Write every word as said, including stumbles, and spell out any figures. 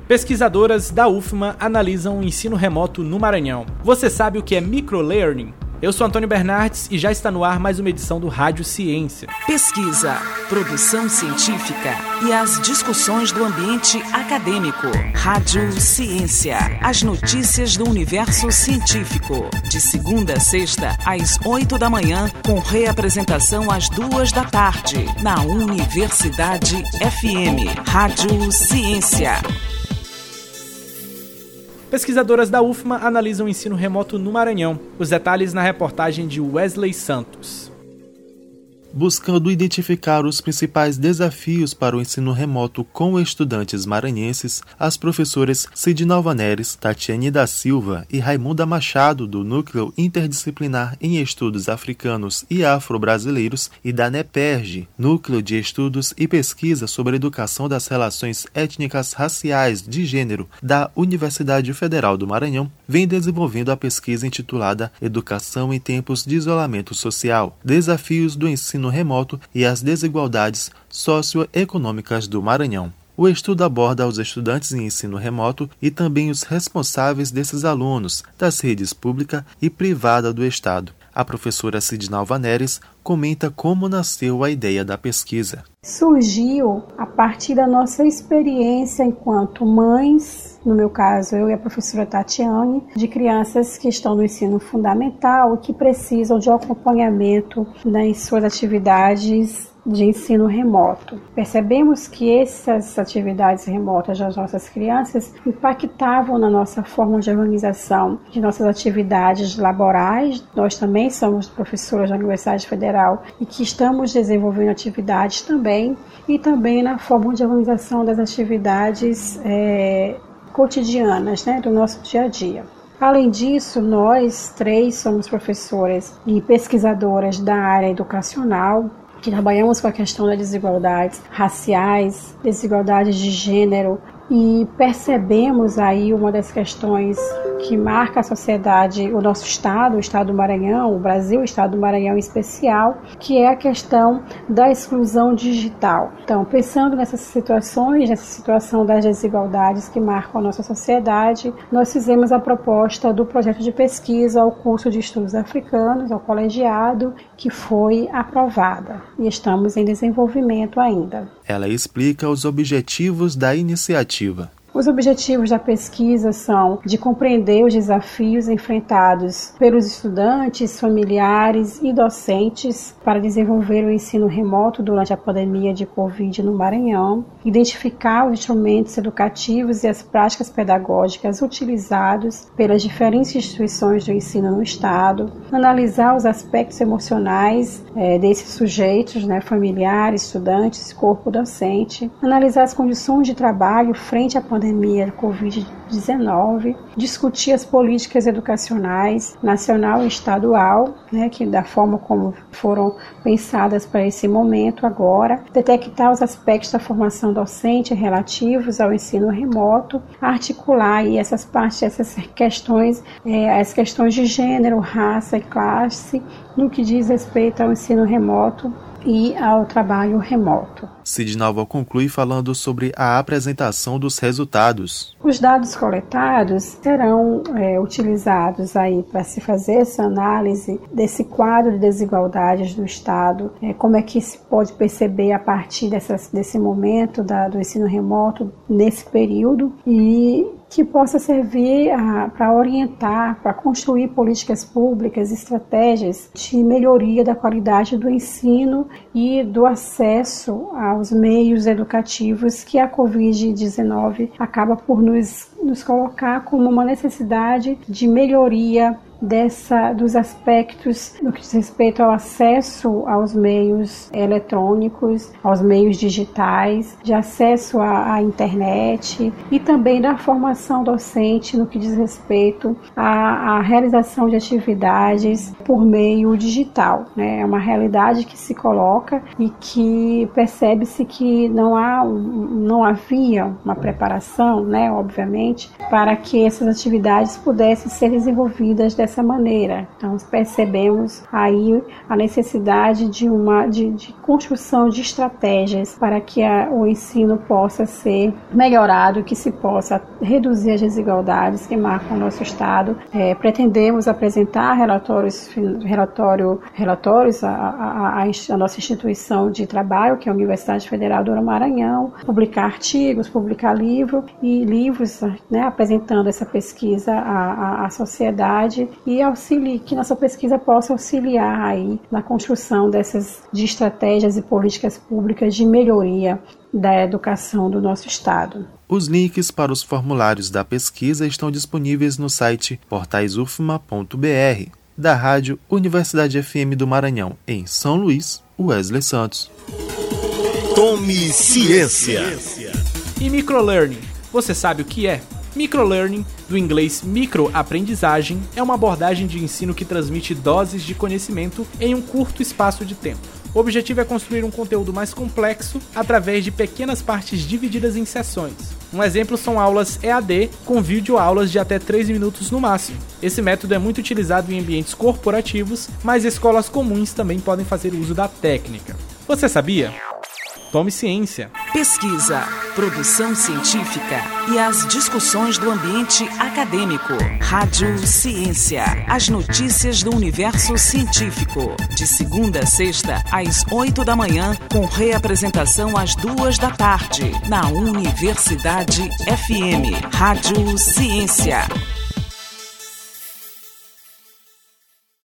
Pesquisadoras da U F M A analisam o ensino remoto no Maranhão. Você sabe o que é microlearning? Eu sou Antônio Bernardes e já está no ar mais uma edição do Rádio Ciência. Pesquisa, produção científica e as discussões do ambiente acadêmico. Rádio Ciência, as notícias do universo científico. De segunda a sexta, às oito da manhã, com reapresentação às duas da tarde, na Universidade F M. Rádio Ciência. Pesquisadoras da U F M A analisam o ensino remoto no Maranhão. Os detalhes na reportagem de Wesley Santos. Buscando identificar os principais desafios para o ensino remoto com estudantes maranhenses, as professoras Cidinalva Neres, Tatiane da Silva e Raimunda Machado, do Núcleo Interdisciplinar em Estudos Africanos e Afro-Brasileiros, e da NEPERJ, Núcleo de Estudos e Pesquisa sobre a Educação das Relações Étnicas Raciais de Gênero, da Universidade Federal do Maranhão, vem desenvolvendo a pesquisa intitulada Educação em Tempos de Isolamento Social, Desafios do Ensino Remoto e as Desigualdades Socioeconômicas do Maranhão. O estudo aborda os estudantes em ensino remoto e também os responsáveis desses alunos, das redes pública e privada do Estado. A professora Cidinalva Neres comenta como nasceu a ideia da pesquisa. Surgiu a partir da nossa experiência enquanto mães, no meu caso eu e a professora Tatiane, de crianças que estão no ensino fundamental e que precisam de um acompanhamento nas suas atividades de ensino remoto. Percebemos que essas atividades remotas das nossas crianças impactavam na nossa forma de organização de nossas atividades laborais. Nós também somos professoras da Universidade Federal e que estamos desenvolvendo atividades também, e também na forma de organização das atividades é, cotidianas, né, do nosso dia a dia. Além disso, nós três somos professoras e pesquisadoras da área educacional, que trabalhamos com a questão das desigualdades raciais, desigualdades de gênero, e percebemos aí uma das questões que marca a sociedade, o nosso estado, o estado do Maranhão, o Brasil, o estado do Maranhão em especial, que é a questão da exclusão digital. Então, pensando nessas situações, nessa situação das desigualdades que marcam a nossa sociedade, nós fizemos a proposta do projeto de pesquisa ao curso de estudos africanos, ao colegiado, que foi aprovada e estamos em desenvolvimento ainda. Ela explica os objetivos da iniciativa. Os objetivos da pesquisa são de compreender os desafios enfrentados pelos estudantes, familiares e docentes para desenvolver o ensino remoto durante a pandemia de Covid no Maranhão, identificar os instrumentos educativos e as práticas pedagógicas utilizados pelas diferentes instituições do ensino no Estado, analisar os aspectos emocionais é, desses sujeitos, né, familiares, estudantes, corpo docente, analisar as condições de trabalho frente à pandemia pandemia de covid dezenove, discutir as políticas educacionais nacional e estadual, né, que da forma como foram pensadas para esse momento agora, detectar os aspectos da formação docente relativos ao ensino remoto, articular aí essas partes, essas questões, é, as questões de gênero, raça e classe, no que diz respeito ao ensino remoto e ao trabalho remoto. Cidinalva conclui falando sobre a apresentação dos resultados. Os dados coletados serão é, utilizados aí para se fazer essa análise desse quadro de desigualdades do Estado, é, como é que se pode perceber a partir dessas, desse momento da, do ensino remoto nesse período, e que possa servir para orientar, para construir políticas públicas, estratégias de melhoria da qualidade do ensino e do acesso aos meios educativos que a covid dezenove acaba por nos, nos colocar como uma necessidade de melhoria dessa, dos aspectos no que diz respeito ao acesso aos meios eletrônicos, aos meios digitais, de acesso à, à internet, e também da formação docente no que diz respeito à, à realização de atividades por meio digital, né? É uma realidade que se coloca e que percebe-se que não há, não havia uma preparação, né, obviamente, para que essas atividades pudessem ser desenvolvidas dessa dessa maneira. Então, percebemos aí a necessidade de uma de, de construção de estratégias para que a, o ensino possa ser melhorado, que se possa reduzir as desigualdades que marcam o nosso Estado. É, pretendemos apresentar relatórios, relatório, relatórios à, à, à nossa instituição de trabalho, que é a Universidade Federal do Maranhão, publicar artigos, publicar livro, e livros, né, apresentando essa pesquisa à, à, à sociedade e auxilie, que nossa pesquisa possa auxiliar aí na construção dessas de estratégias e políticas públicas de melhoria da educação do nosso Estado. Os links para os formulários da pesquisa estão disponíveis no site portais u f m a ponto b r, da Rádio Universidade F M do Maranhão, em São Luís, Wesley Santos. Tome ciência. E microlearning, você sabe o que é? Microlearning, do inglês microaprendizagem, é uma abordagem de ensino que transmite doses de conhecimento em um curto espaço de tempo. O objetivo é construir um conteúdo mais complexo através de pequenas partes divididas em sessões. Um exemplo são aulas E A D com videoaulas de até três minutos no máximo. Esse método é muito utilizado em ambientes corporativos, mas escolas comuns também podem fazer uso da técnica. Você sabia? Tome ciência. Pesquisa, produção científica e as discussões do ambiente acadêmico. Rádio Ciência. As notícias do universo científico. De segunda a sexta, às oito da manhã, com reapresentação às duas da tarde, na Universidade F M. Rádio Ciência.